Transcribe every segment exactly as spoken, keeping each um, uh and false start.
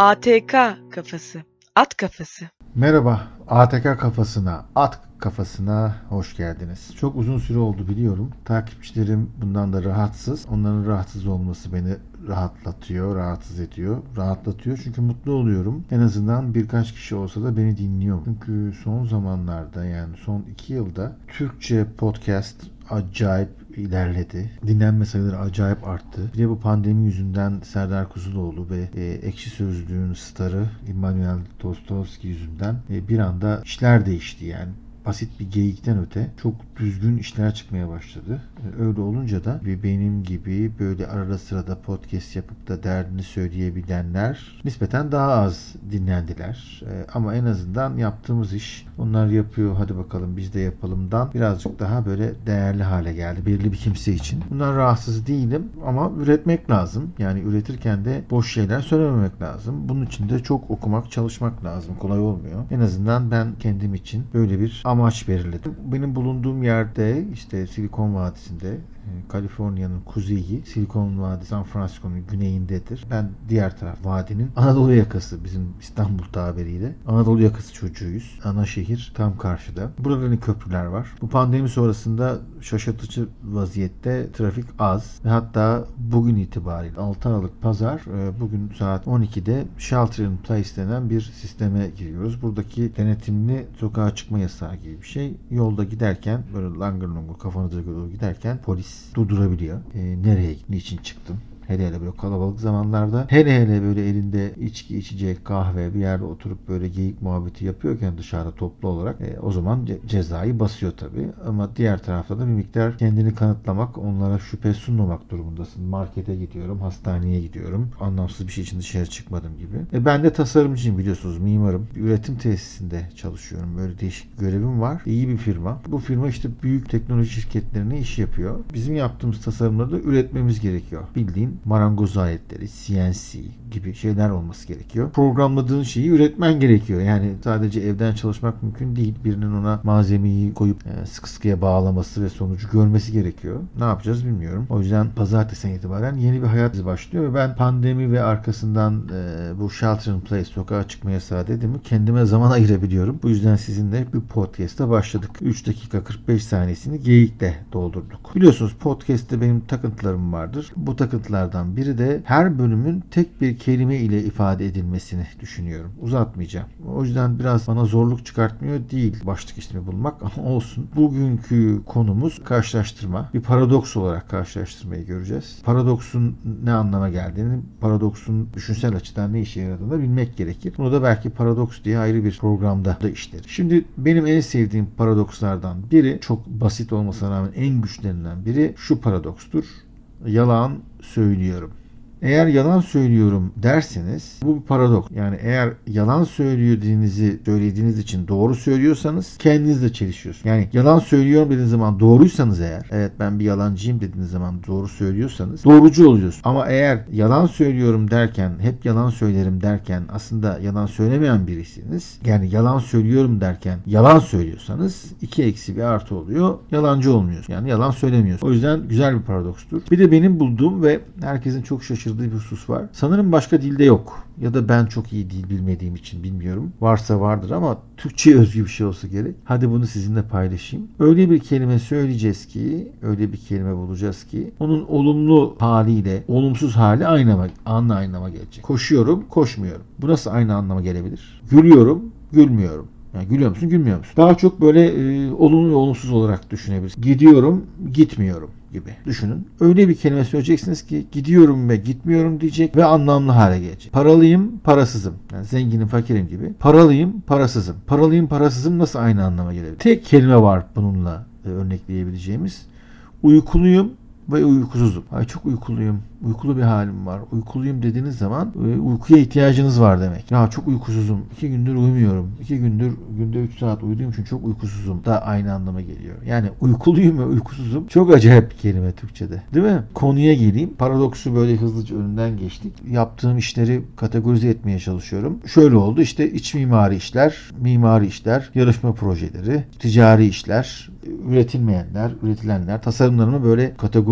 A T K kafası, at kafası. Merhaba, A T K kafasına, at kafasına hoş geldiniz. Çok uzun süre oldu biliyorum. Takipçilerim bundan da rahatsız. Onların rahatsız olması beni rahatlatıyor, rahatsız ediyor. Rahatlatıyor çünkü mutlu oluyorum. En azından birkaç kişi olsa da beni dinliyor. Çünkü son zamanlarda, yani son iki yılda Türkçe podcast acayip ilerledi. Dinlenme sayıları acayip arttı. Bir de bu pandemi yüzünden Serdar Kuzuloğlu ve e, Ekşi Sözlüğün starı İmmanuel Dostoyevski yüzünden e, bir anda işler değişti yani. Basit bir geyikten öte çok düzgün işler çıkmaya başladı. Öyle olunca da benim gibi böyle arada sırada podcast yapıp da derdini söyleyebilenler nispeten daha az dinlendiler. Ama en azından yaptığımız iş, onlar yapıyor hadi bakalım biz de yapalımdan birazcık daha böyle değerli hale geldi belirli bir kimse için. Bundan rahatsız değilim ama üretmek lazım. Yani üretirken de boş şeyler söylememek lazım. Bunun için de çok okumak, çalışmak lazım. Kolay olmuyor. En azından ben kendim için böyle bir amaç belirledim. Benim bulunduğum yerde işte Silikon Vadisi'nde, Kaliforniya'nın kuzeyi, Silikon Vadisi San Francisco'nun güneyindedir. Ben diğer taraf vadinin Anadolu yakası, bizim İstanbul tabiriyle Anadolu yakası çocuğuyuz. Ana şehir tam karşıda. Burada ne köprüler var. Bu pandemi sonrasında şaşırtıcı vaziyette trafik az ve hatta bugün itibariyle altı Aralık Pazar, bugün saat on ikide Shelter in Place denen bir sisteme giriyoruz. Buradaki denetimli sokağa çıkma yasağı gibi bir şey. Yolda giderken böyle langır lungur kafanıza doğru giderken polis durdurabiliyor. E, nereye, niçin çıktın? Hele hele böyle kalabalık zamanlarda, hele hele böyle elinde içki içecek, kahve bir yerde oturup böyle geyik muhabbeti yapıyorken dışarıda toplu olarak e, o zaman ce- cezayı basıyor tabii. Ama diğer tarafta da bir miktar kendini kanıtlamak, onlara şüphe sunmamak durumundasın. Markete gidiyorum, hastaneye gidiyorum. Anlamsız bir şey için dışarı çıkmadım gibi. E, ben de tasarımcıyım biliyorsunuz, mimarım. Bir üretim tesisinde çalışıyorum. Böyle değişik bir görevim var. İyi bir firma. Bu firma işte büyük teknoloji şirketlerine iş yapıyor. Bizim yaptığımız tasarımları da üretmemiz gerekiyor. Bildiğin marangoz aletleri, C N C gibi şeyler olması gerekiyor. Programladığın şeyi üretmen gerekiyor. Yani sadece evden çalışmak mümkün değil. Birinin ona malzemeyi koyup e, sıkı sıkıya bağlaması ve sonucu görmesi gerekiyor. Ne yapacağız bilmiyorum. O yüzden pazartesinden itibaren yeni bir hayat başlıyor ve ben pandemi ve arkasından e, bu Shelter in Place, sokağa çıkma yasağı dedim mi kendime zaman ayırabiliyorum. Bu yüzden sizinle bir podcast'a başladık. üç dakika kırk beş saniyesini geyikle doldurduk. Biliyorsunuz podcast'te benim takıntılarım vardır. Bu takıntılardan biri de her bölümün tek bir kelime ile ifade edilmesini düşünüyorum. Uzatmayacağım. O yüzden biraz bana zorluk çıkartmıyor değil başlık ismi bulmak ama olsun. Bugünkü konumuz karşılaştırma. Bir paradoks olarak karşılaştırmayı göreceğiz. Paradoksun ne anlama geldiğini, paradoksun düşünsel açıdan ne işe yaradığını bilmek gerekir. Bunu da belki paradoks diye ayrı bir programda da işleriz. Şimdi benim en sevdiğim paradokslardan biri, çok basit olmasına rağmen en güçlerinden biri şu paradokstur. Yalan söylüyorum. Eğer yalan söylüyorum derseniz bu bir paradoks. Yani eğer yalan söylediğinizi söylediğiniz için doğru söylüyorsanız kendinizle çelişiyorsunuz. Yani yalan söylüyorum dediğiniz zaman doğruysanız eğer, evet ben bir yalancıyım dediğiniz zaman doğru söylüyorsanız doğrucu oluyorsunuz. Ama eğer yalan söylüyorum derken, hep yalan söylerim derken aslında yalan söylemeyen birisiniz. Yani yalan söylüyorum derken yalan söylüyorsanız iki eksi bir artı oluyor. Yalancı olmuyorsunuz. Yani yalan söylemiyorsunuz. O yüzden güzel bir paradokstur. Bir de benim bulduğum ve herkesin çok şaşırdığı bir husus var. Sanırım başka dilde yok. Ya da ben çok iyi dil bilmediğim için bilmiyorum. Varsa vardır ama Türkçe'ye özgü bir şey olsa gerek. Hadi bunu sizinle paylaşayım. Öyle bir kelime söyleyeceğiz ki, öyle bir kelime bulacağız ki onun olumlu haliyle olumsuz hali aynı ama, aynı anlama gelecek. Koşuyorum, koşmuyorum. Bu nasıl aynı anlama gelebilir? Gülüyorum, gülmüyorum. Yani gülüyor musun, gülmüyor musun? Daha çok böyle e, olumlu ve olumsuz olarak düşünebiliriz. Gidiyorum, gitmiyorum gibi düşünün. Öyle bir kelime söyleyeceksiniz ki gidiyorum ve gitmiyorum diyecek ve anlamlı hale gelecek. Paralıyım, parasızım. Yani zenginim, fakirim gibi. Paralıyım, parasızım. Paralıyım, parasızım nasıl aynı anlama gelebilir? Tek kelime var bununla e, örnekleyebileceğimiz. Uykuluyum ve uykusuzum. Ay çok uykuluyum. Uykulu bir halim var. Uykuluyum dediğiniz zaman e, uykuya ihtiyacınız var demek. Ya çok uykusuzum. İki gündür uyumuyorum. İki gündür günde üç saat uyuduğum için çok uykusuzum da aynı anlama geliyor. Yani uykuluyum ve uykusuzum çok acayip bir kelime Türkçe'de. Değil mi? Konuya geleyim. Paradoksu böyle hızlıca önünden geçtik. Yaptığım işleri kategorize etmeye çalışıyorum. Şöyle oldu. İşte iç mimari işler, mimari işler, yarışma projeleri, ticari işler, üretilmeyenler, üretilenler, tasarımlarımı böyle kategorize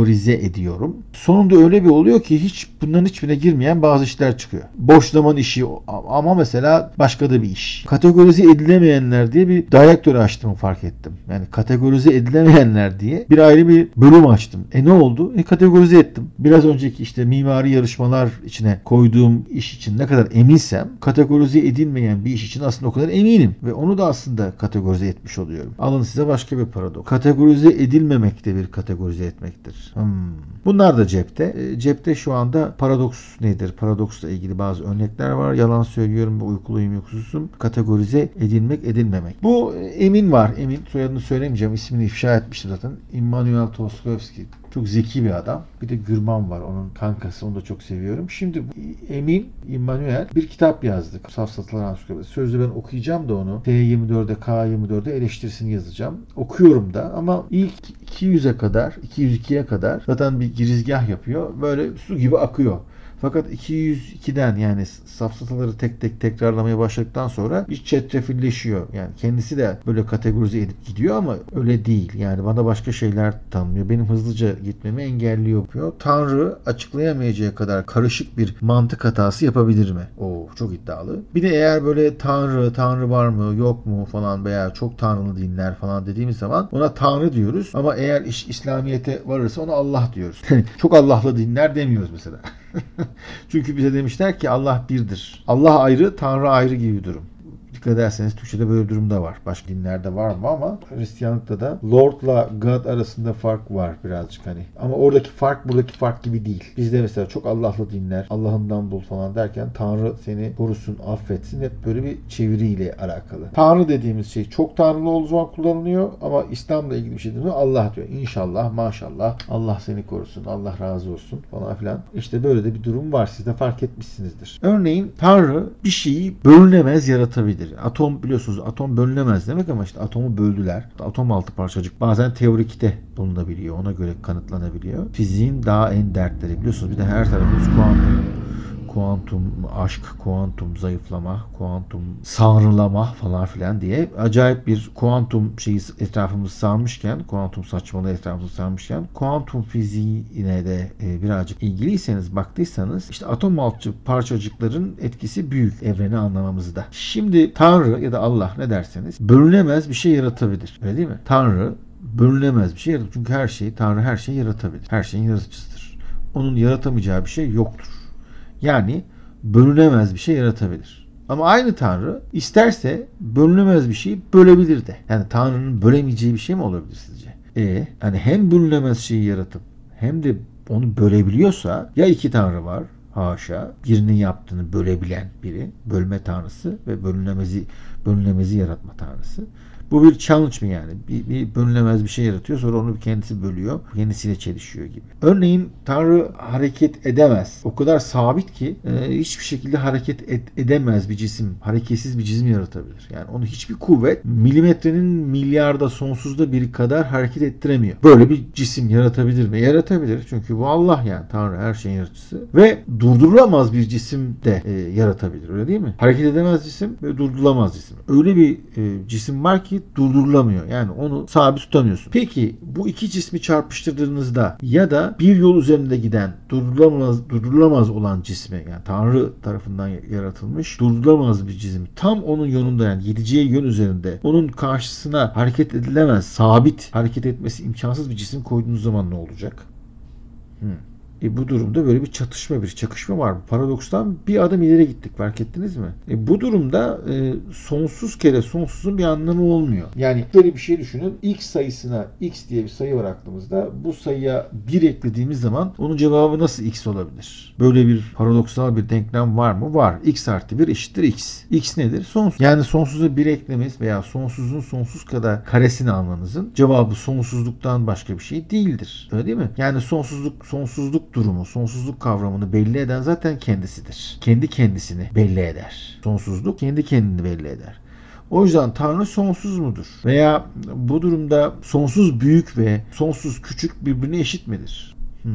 kategorize ediyorum. Sonunda öyle bir oluyor ki hiç bunların hiçbirine girmeyen bazı işler çıkıyor. Boşlaman işi ama mesela başka da bir iş. Kategorize edilemeyenler diye bir direktörü açtığımı fark ettim. Yani kategorize edilemeyenler diye bir ayrı bir bölüm açtım. E ne oldu? E kategorize ettim. Biraz önceki işte mimari yarışmalar içine koyduğum iş için ne kadar eminsem kategorize edilmeyen bir iş için aslında o kadar eminim. Ve onu da aslında kategorize etmiş oluyorum. Alın size başka bir paradoks. Kategorize edilmemek de bir kategorize etmektir. Hmm. Bunlar da cepte. E, cepte şu anda paradoks nedir? Paradoksla ilgili bazı örnekler var. Yalan söylüyorum ve uykuluyum uykusuzum. Kategorize edilmek edilmemek. Bu Emin var. Emin. Soyadını söylemeyeceğim. İsmini ifşa etmiştim zaten. Immanuel Tolstoyevski. Çok zeki bir adam. Bir de Gürman var. Onun kankası. Onu da çok seviyorum. Şimdi Emin, Immanuel bir kitap yazdı. Safsatalar Ansiklopedisi. Sözde ben okuyacağım da onu. T yirmi dörde, K yirmi dörde eleştirisini yazacağım. Okuyorum da ama ilk iki yüze kadar, iki yüz ikiye kadar zaten bir girizgah yapıyor. Böyle su gibi akıyor. Fakat iki yüz ikiden yani safsataları tek tek tekrarlamaya başladıktan sonra bir çetrefilleşiyor. Yani kendisi de böyle kategorize edip gidiyor ama öyle değil. Yani bana başka şeyler tanımlıyor. Benim hızlıca gitmemi engelliyor. Tanrı açıklayamayacağı kadar karışık bir mantık hatası yapabilir mi? Oo, çok iddialı. Bir de eğer böyle Tanrı, Tanrı var mı, yok mu falan veya çok tanrılı dinler falan dediğimiz zaman ona Tanrı diyoruz. Ama eğer iş İslamiyet'e varırsa ona Allah diyoruz. Çok Allah'lı dinler demiyoruz mesela. Çünkü bize demişler ki Allah birdir. Allah ayrı, Tanrı ayrı gibi bir durum. Dikkat ederseniz Türkçe'de böyle bir durum da var. Başka dinlerde var mı ama Hristiyanlıkta da Lord'la God arasında fark var birazcık hani. Ama oradaki fark buradaki fark gibi değil. Bizde mesela çok Allah'lı dinler, Allah'ından bul falan derken Tanrı seni korusun, affetsin. Hep böyle bir çeviriyle alakalı. Tanrı dediğimiz şey çok tanrılı olduğu zaman kullanılıyor ama İslam'la ilgili bir şey değil mi? Allah diyor. İnşallah, maşallah, Allah seni korusun, Allah razı olsun falan filan. İşte böyle de bir durum var. Siz de fark etmişsinizdir. Örneğin Tanrı bir şeyi bölünemez yaratabilir. Atom biliyorsunuz atom bölünemez demek ama işte atomu böldüler. Atom altı parçacık bazen teorikte bulunabiliyor. Ona göre kanıtlanabiliyor. Fiziğin daha en dertleri biliyorsunuz bir de her tarafımız kuantum. Kuantum aşk, kuantum zayıflama, kuantum sanrılama falan filan diye acayip bir kuantum şeyi etrafımızı sarmışken, kuantum saçmalığı etrafımızı sarmışken, kuantum fiziğine de e, birazcık ilgiliyseniz, baktıysanız işte atom altı parçacıkların etkisi büyük evreni anlamamızda. Şimdi Tanrı ya da Allah ne derseniz bölünemez bir şey yaratabilir. Öyle değil mi? Tanrı bölünemez bir şey yaratabilir. Çünkü her şeyi, Tanrı her şeyi yaratabilir. Her şeyin yaratıcısıdır. Onun yaratamayacağı bir şey yoktur. Yani bölünemez bir şey yaratabilir. Ama aynı Tanrı isterse bölünemez bir şeyi bölebilir de. Yani Tanrı'nın bölemeyeceği bir şey mi olabilir sizce? E, yani hem bölünemez şeyi yaratıp hem de onu bölebiliyorsa ya iki Tanrı var haşa birinin yaptığını bölebilen biri, bölme tanrısı ve bölünemezi bölünemezi yaratma tanrısı. Bu bir challenge mi yani? Bir, bir bölünemez bir şey yaratıyor sonra onu kendisi bölüyor. Kendisiyle çelişiyor gibi. Örneğin Tanrı hareket edemez. O kadar sabit ki e, hiçbir şekilde hareket et, edemez bir cisim. Hareketsiz bir cisim yaratabilir. Yani onu hiçbir kuvvet milimetrenin milyarda sonsuzda biri kadar hareket ettiremiyor. Böyle bir cisim yaratabilir mi? Yaratabilir. Çünkü bu Allah yani. Tanrı her şeyin yaratıcısı. Ve durdurulamaz bir cisim de e, yaratabilir. Öyle değil mi? Hareket edemez cisim ve durdurulamaz cisim. Öyle bir e, cisim var ki durdurulamıyor. Yani onu sabit tutamıyorsun. Peki bu iki cismi çarpıştırdığınızda ya da bir yol üzerinde giden durdurulamaz, durdurulamaz olan cismi yani Tanrı tarafından yaratılmış durdurulamaz bir cisim tam onun yönünde yani gideceği yön üzerinde onun karşısına hareket edilemez sabit hareket etmesi imkansız bir cisim koyduğunuz zaman ne olacak? Hmm. E bu durumda böyle bir çatışma, bir çakışma var. Paradokstan bir adım ileri gittik. Fark ettiniz mi? E bu durumda e, sonsuz kere sonsuzun bir anlamı olmuyor. Yani böyle bir şey düşünün. X sayısına x diye bir sayı var aklımızda. Bu sayıya bir eklediğimiz zaman onun cevabı nasıl x olabilir? Böyle bir paradoksal bir denklem var mı? Var. X artı bir eşittir x. X nedir? Sonsuz. Yani sonsuza bir eklemeniz veya sonsuzun sonsuz kadar karesini almanızın cevabı sonsuzluktan başka bir şey değildir. Öyle değil mi? Yani sonsuzluk, sonsuzluk durumu, sonsuzluk kavramını belli eden zaten kendisidir. Kendi kendisini belli eder. Sonsuzluk kendi kendini belli eder. O yüzden Tanrı sonsuz mudur? Veya bu durumda sonsuz büyük ve sonsuz küçük birbirine eşit midir? Hmm.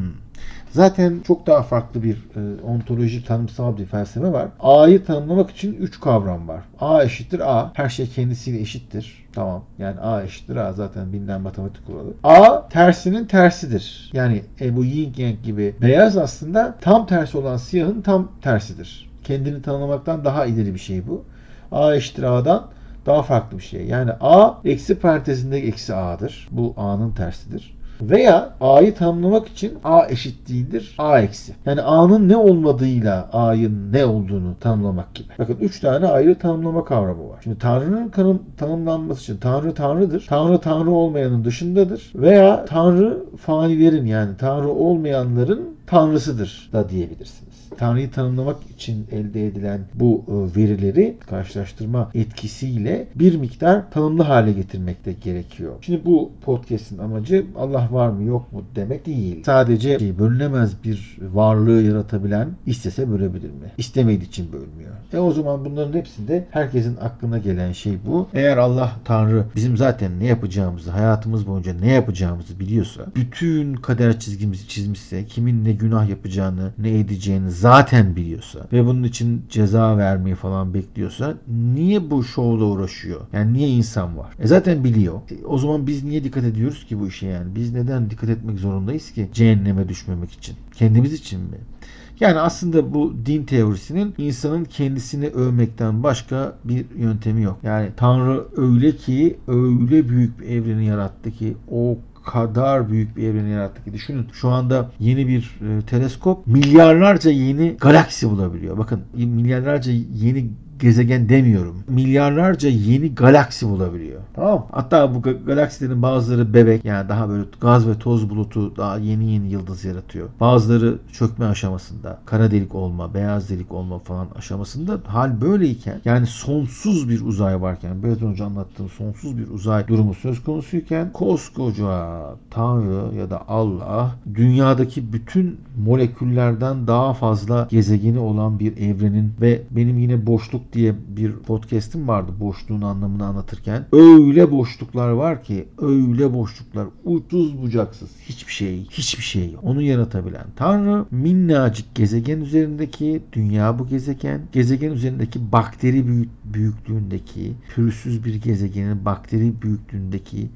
Zaten çok daha farklı bir e, ontolojik tanımsal bir felsefe var. A'yı tanımlamak için üç kavram var. A eşittir A. Her şey kendisiyle eşittir. Tamam. Yani A eşittir A zaten bilinen matematik kuralı. A tersinin tersidir. Yani e, bu yin yang gibi beyaz aslında tam tersi olan siyahın tam tersidir. Kendini tanımlamaktan daha ileri bir şey bu. A eşittir A'dan daha farklı bir şey. Yani A eksi parantezindeki eksi A'dır. Bu A'nın tersidir. Veya A'yı tanımlamak için A eşit değildir, A eksi. Yani A'nın ne olmadığıyla A'nın ne olduğunu tanımlamak gibi. Bakın üç tane ayrı tanımlama kavramı var. Şimdi Tanrı'nın kanım, tanımlanması için Tanrı Tanrı'dır. Tanrı Tanrı olmayanın dışındadır. Veya Tanrı fanilerin yani Tanrı olmayanların Tanrısıdır da diyebilirsiniz. Tanrı'yı tanımlamak için elde edilen bu verileri karşılaştırma etkisiyle bir miktar tanımlı hale getirmek de gerekiyor. Şimdi bu podcast'in amacı Allah var mı yok mu demek değil. Sadece bölünemez bir varlığı yaratabilen istese bölebilir mi? İstemediği için bölmüyor. E o zaman bunların hepsinde herkesin aklına gelen şey bu. Eğer Allah Tanrı bizim zaten ne yapacağımızı, hayatımız boyunca ne yapacağımızı biliyorsa, bütün kader çizgimizi çizmişse, kimin ne günah yapacağını, ne edeceğini zaten biliyorsa ve bunun için ceza vermeyi falan bekliyorsa niye bu şovla uğraşıyor? Yani niye insan var? E zaten biliyor. E o zaman biz niye dikkat ediyoruz ki bu işe yani? Biz neden dikkat etmek zorundayız ki cehenneme düşmemek için? Kendimiz için mi? Yani aslında bu din teorisinin insanın kendisini övmekten başka bir yöntemi yok. Yani Tanrı öyle ki öyle büyük bir evreni yarattı ki o kadar büyük bir evreni yarattı ki düşünün şu anda yeni bir e, teleskop milyarlarca yeni galaksi bulabiliyor. Bakın milyarlarca yeni gezegen demiyorum. Milyarlarca yeni galaksi bulabiliyor. Tamam. Hatta bu galaksilerin bazıları bebek yani daha böyle gaz ve toz bulutu daha yeni yeni yıldız yaratıyor. Bazıları çökme aşamasında. Kara delik olma, beyaz delik olma falan aşamasında. Hal böyleyken yani sonsuz bir uzay varken biraz önce anlattığım sonsuz bir uzay durumu söz konusuyken koskoca Tanrı ya da Allah dünyadaki bütün moleküllerden daha fazla gezegeni olan bir evrenin ve benim yine boşluk diye bir podcast'im vardı boşluğun anlamını anlatırken. Öyle boşluklar var ki öyle boşluklar uçsuz bucaksız hiçbir şey hiçbir şey onu yaratabilen Tanrı minnacık gezegen üzerindeki dünya bu gezegen gezegen üzerindeki bakteri büyük, büyüklüğündeki pürüzsüz bir gezegenin bakteri büyüklüğündeki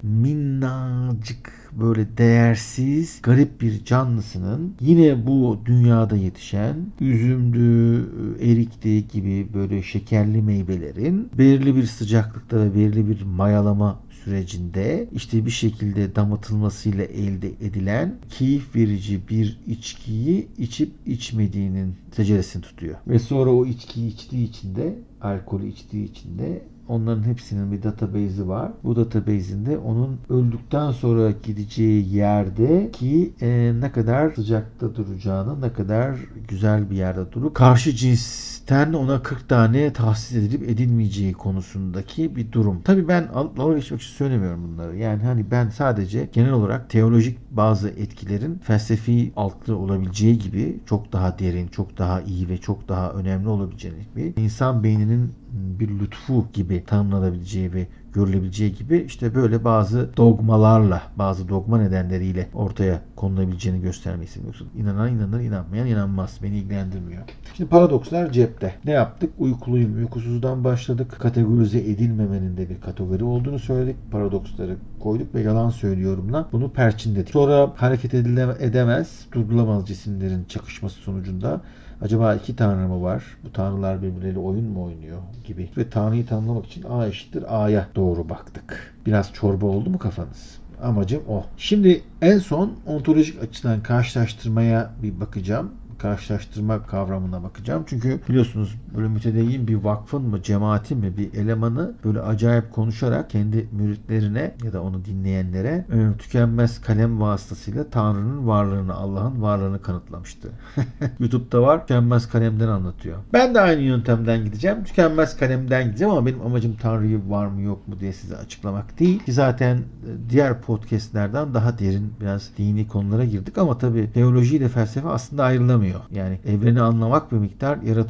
minnacık böyle değersiz garip bir canlısının yine bu dünyada yetişen üzümdü, erikti gibi böyle şekerli meyvelerin belirli bir sıcaklıkta ve belirli bir mayalama sürecinde işte bir şekilde damıtılmasıyla elde edilen keyif verici bir içkiyi içip içmediğinin seceresini tutuyor. Ve sonra o içkiyi içtiği için de alkolü içtiği için de onların hepsinin bir database'i var. Bu database'inde onun öldükten sonra gideceği yerde ki e, ne kadar sıcakta duracağını, ne kadar güzel bir yerde durup karşı cinsten ona kırk tane tahsis edilip edilmeyeceği konusundaki bir durum. Tabii ben dalga geçmek için söylemiyorum bunları. Yani hani ben sadece genel olarak teolojik bazı etkilerin felsefi altlı olabileceği gibi çok daha derin, çok daha iyi ve çok daha önemli olabileceğini bir insan beyninin bir lütfu gibi tanımlanabileceği ve görülebileceği gibi işte böyle bazı dogmalarla, bazı dogma nedenleriyle ortaya konulabileceğini göstermeyi seviyorsun. İnanan inanır, inanmayan inanmaz. Beni ilgilendirmiyor. Şimdi paradokslar cepte. Ne yaptık? Uykuluyum, uykusuzdan başladık. Kategorize edilmemenin de bir kategori olduğunu söyledik. Paradoksları koyduk ve yalan söylüyorumla bunu perçinledik. Sonra hareket edile- edemez, durdurulamaz cisimlerin çakışması sonucunda acaba iki tanrı mı var? Bu tanrılar birbirleriyle oyun mu oynuyor gibi. Ve tanrıyı tanımlamak için A eşittir A'ya doğru baktık. Biraz çorba oldu mu kafanız? Amacım o. Şimdi en son ontolojik açıdan karşılaştırmaya bir bakacağım. Karşılaştırma kavramına bakacağım. Çünkü biliyorsunuz böyle mütedeyyin bir vakfın mı, cemaatin mi bir elemanı böyle acayip konuşarak kendi müritlerine ya da onu dinleyenlere e, tükenmez kalem vasıtasıyla Tanrı'nın varlığını, Allah'ın varlığını kanıtlamıştı. YouTube'da var. Tükenmez kalemden anlatıyor. Ben de aynı yöntemden gideceğim. Tükenmez kalemden gideceğim ama benim amacım Tanrı'yı var mı yok mu diye size açıklamak değil. Ki zaten diğer podcastlerden daha derin biraz dini konulara girdik ama tabii teoloji ile felsefe aslında ayrılamıyor. Yani evreni anlamak bir miktar yaratıcı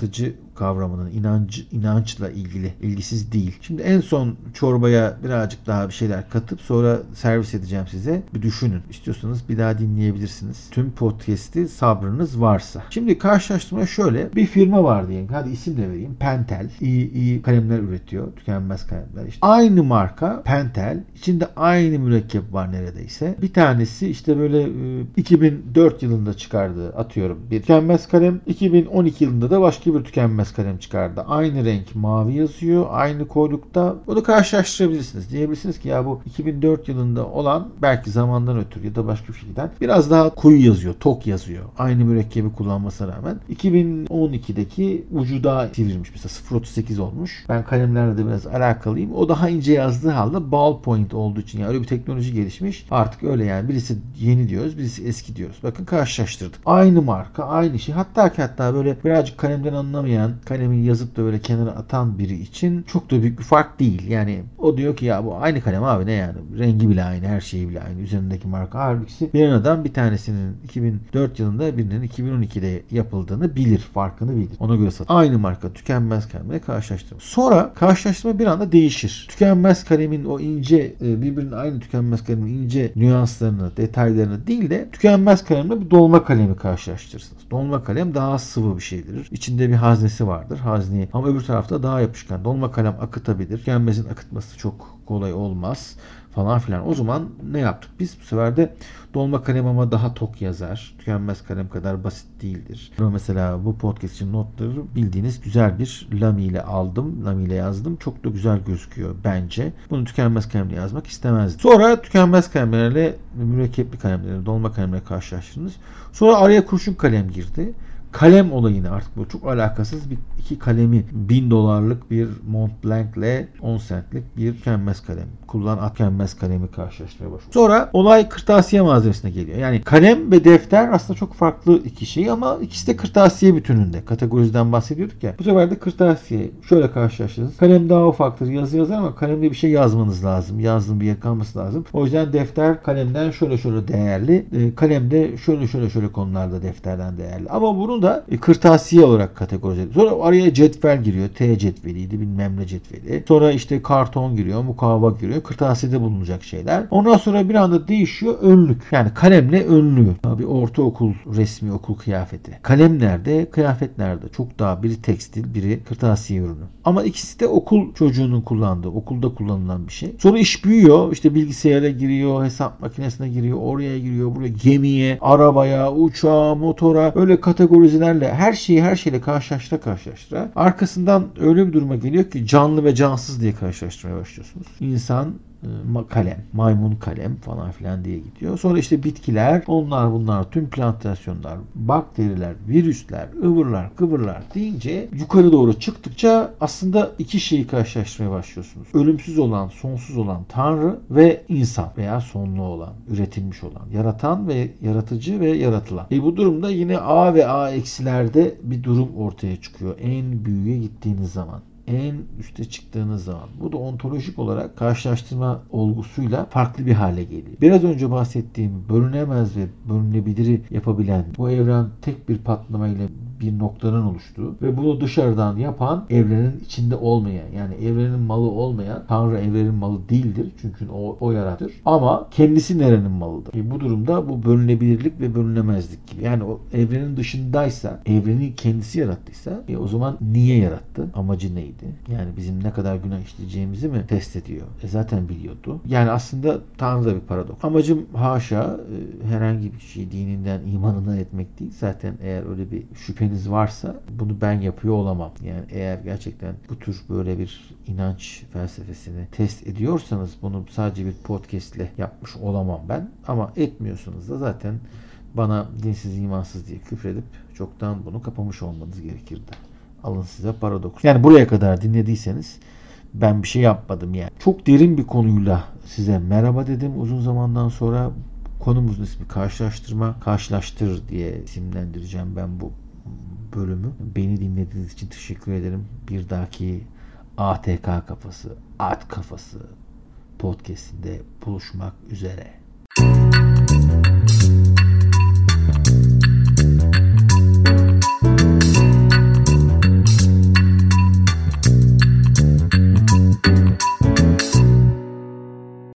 kavramının inanç, inançla ilgili, ilgisiz değil. Şimdi en son çorbaya birazcık daha bir şeyler katıp sonra servis edeceğim size. Bir düşünün. İstiyorsanız bir daha dinleyebilirsiniz. Tüm podcast'i sabrınız varsa. Şimdi karşılaştırma şöyle. Bir firma var diyelim. Hadi isim de vereyim. Pentel. İyi, iyi kalemler üretiyor. Tükenmez kalemler. İşte aynı marka Pentel. İçinde aynı mürekkep var neredeyse. Bir tanesi işte böyle iki bin dört yılında çıkardığı, atıyorum, bir tükenmez kalem. iki bin on iki yılında da başka bir tükenmez kalem çıkardı. Aynı renk mavi yazıyor. Aynı koydukta bunu karşılaştırabilirsiniz. Diyebilirsiniz ki ya bu iki bin dört yılında olan belki zamandan ötürü ya da başka bir şeyden biraz daha koyu yazıyor. Tok yazıyor. Aynı mürekkebi kullanmasına rağmen. iki bin on ikideki ucu daha sivrilmiş. Mesela sıfır virgül otuz sekiz olmuş. Ben kalemlerle de biraz alakalıyım. O daha ince yazdığı halde ballpoint olduğu için, yani öyle bir teknoloji gelişmiş. Artık öyle yani. Birisi yeni diyoruz, birisi eski diyoruz. Bakın karşılaştırdık. Aynı marka, aynı şey. Hatta ki hatta böyle birazcık kalemden anlamayan, kalemi yazıp da böyle kenara atan biri için çok da büyük bir fark değil. Yani o diyor ki ya bu aynı kalem abi, ne yani? Rengi bile aynı, her şeyi bile aynı. Üzerindeki marka. Halbuki bir adam bir tanesinin iki bin dört yılında, birinin iki bin on ikide yapıldığını bilir. Farkını bilir. Ona göre satın. Aynı marka tükenmez kalemle karşılaştırma. Sonra karşılaştırma bir anda değişir. Tükenmez kalemin o ince, birbirinin aynı tükenmez kalemin ince nüanslarını, detaylarını değil de tükenmez kalemle bir dolma kalemi karşılaştırırsınız. Dolma kalem daha sıvı bir şeydir. İçinde bir haznesi vardır. Hazneyi. Ama öbür tarafta daha yapışkan. Dolma kalem akıtabilir. Tükenmezin akıtması çok kolay olmaz falan filan. O zaman ne yaptık? Biz bu sefer de dolma kalem ama daha tok yazar. Tükenmez kalem kadar basit değildir. Mesela bu podcast için notları bildiğiniz güzel bir Lamy ile aldım. Lamy ile yazdım. Çok da güzel gözüküyor bence. Bunu tükenmez kalemle yazmak istemezdim. Sonra tükenmez kalemlerle mürekkepli kalemleri, dolma kalemleri karşılaştırdınız. Sonra araya kurşun kalem girdi. Kalem olayını artık bu çok alakasız bir iki kalemi bin dolarlık bir Montblanc ile on centlik bir tükenmez kalem. Kullan tükenmez kalemi karşılaştırmaya başlıyor. Sonra olay kırtasiye malzemesine geliyor. Yani kalem ve defter aslında çok farklı iki şey ama ikisi de kırtasiye bütününde. Kategoriden bahsediyorduk ya. Bu sefer de kırtasiye şöyle karşılaştınız. Kalem daha ufaktır, yazı yazar ama kalemde bir şey yazmanız lazım. Yazdığın bir yer kalması lazım. O yüzden defter kalemden şöyle şöyle değerli. E, kalem de şöyle şöyle şöyle konularda defterden değerli. Ama bunu da e, kırtasiye olarak kategorize ediyor. Sonra araya cetvel giriyor. T cetveliydi, bilmem ne cetveli. Sonra işte karton giriyor, mukavva giriyor. Kırtasiyede bulunacak şeyler. Ondan sonra bir anda değişiyor önlük. Yani kalemle önlüğü. Bir ortaokul resmi okul kıyafeti. Kalem nerede? Kıyafet nerede? Çok daha biri tekstil, biri kırtasiye ürünü. Ama ikisi de okul çocuğunun kullandığı, okulda kullanılan bir şey. Sonra iş büyüyor. İşte bilgisayara giriyor, hesap makinesine giriyor, oraya giriyor, buraya gemiye, arabaya, uçağa, motora, öyle kategorizelerle her şeyi her şeyle karşılaştıra karşılaştıra. Arkasından öyle bir duruma geliyor ki canlı ve cansız diye karşılaştırmaya başlıyorsunuz. İnsan, kalem, maymun kalem falan filan diye gidiyor. Sonra işte bitkiler, onlar bunlar, tüm plantasyonlar, bakteriler, virüsler, ıvırlar, kıvırlar deyince yukarı doğru çıktıkça aslında iki şeyi karşılaştırmaya başlıyorsunuz. Ölümsüz olan, sonsuz olan Tanrı ve insan veya sonlu olan, üretilmiş olan, yaratan ve yaratıcı ve yaratılan. E bu durumda yine A ve A eksilerde bir durum ortaya çıkıyor. En büyüğe gittiğiniz zaman. En üste çıktığınız zaman. Bu da ontolojik olarak karşılaştırma olgusuyla farklı bir hale geliyor. Biraz önce bahsettiğim bölünemez ve bölünebiliri yapabilen bu evren tek bir patlamayla bir noktadan oluştu ve bunu dışarıdan yapan evrenin içinde olmayan, yani evrenin malı olmayan, Tanrı evrenin malı değildir. Çünkü o, o yaratır. Ama kendisi nerenin malıdır? E bu durumda bu bölünebilirlik ve bölünemezlik gibi. Yani o evrenin dışındaysa, evreni kendisi yarattıysa e o zaman niye yarattı? Amacı neydi? Yani bizim ne kadar günah işleyeceğimizi mi test ediyor? E zaten biliyordu. Yani aslında Tanrı da bir paradoks. Amacım haşa e, herhangi bir şey dininden, imanından etmek değil. Zaten eğer öyle bir şüphe varsa bunu ben yapıyor olamam. Yani eğer gerçekten bu tür böyle bir inanç felsefesini test ediyorsanız bunu sadece bir podcast ile yapmış olamam ben. Ama etmiyorsanız da zaten bana dinsiz, imansız diye küfredip çoktan bunu kapamış olmanız gerekirdi. Alın size paradoks. Yani buraya kadar dinlediyseniz ben bir şey yapmadım yani. Çok derin bir konuyla size merhaba dedim uzun zamandan sonra. Konumuzun ismi karşılaştırma. Karşılaştır diye isimlendireceğim ben bu bölümü. Beni dinlediğiniz için teşekkür ederim. Bir dahaki A T K kafası, At kafası podcast'inde buluşmak üzere.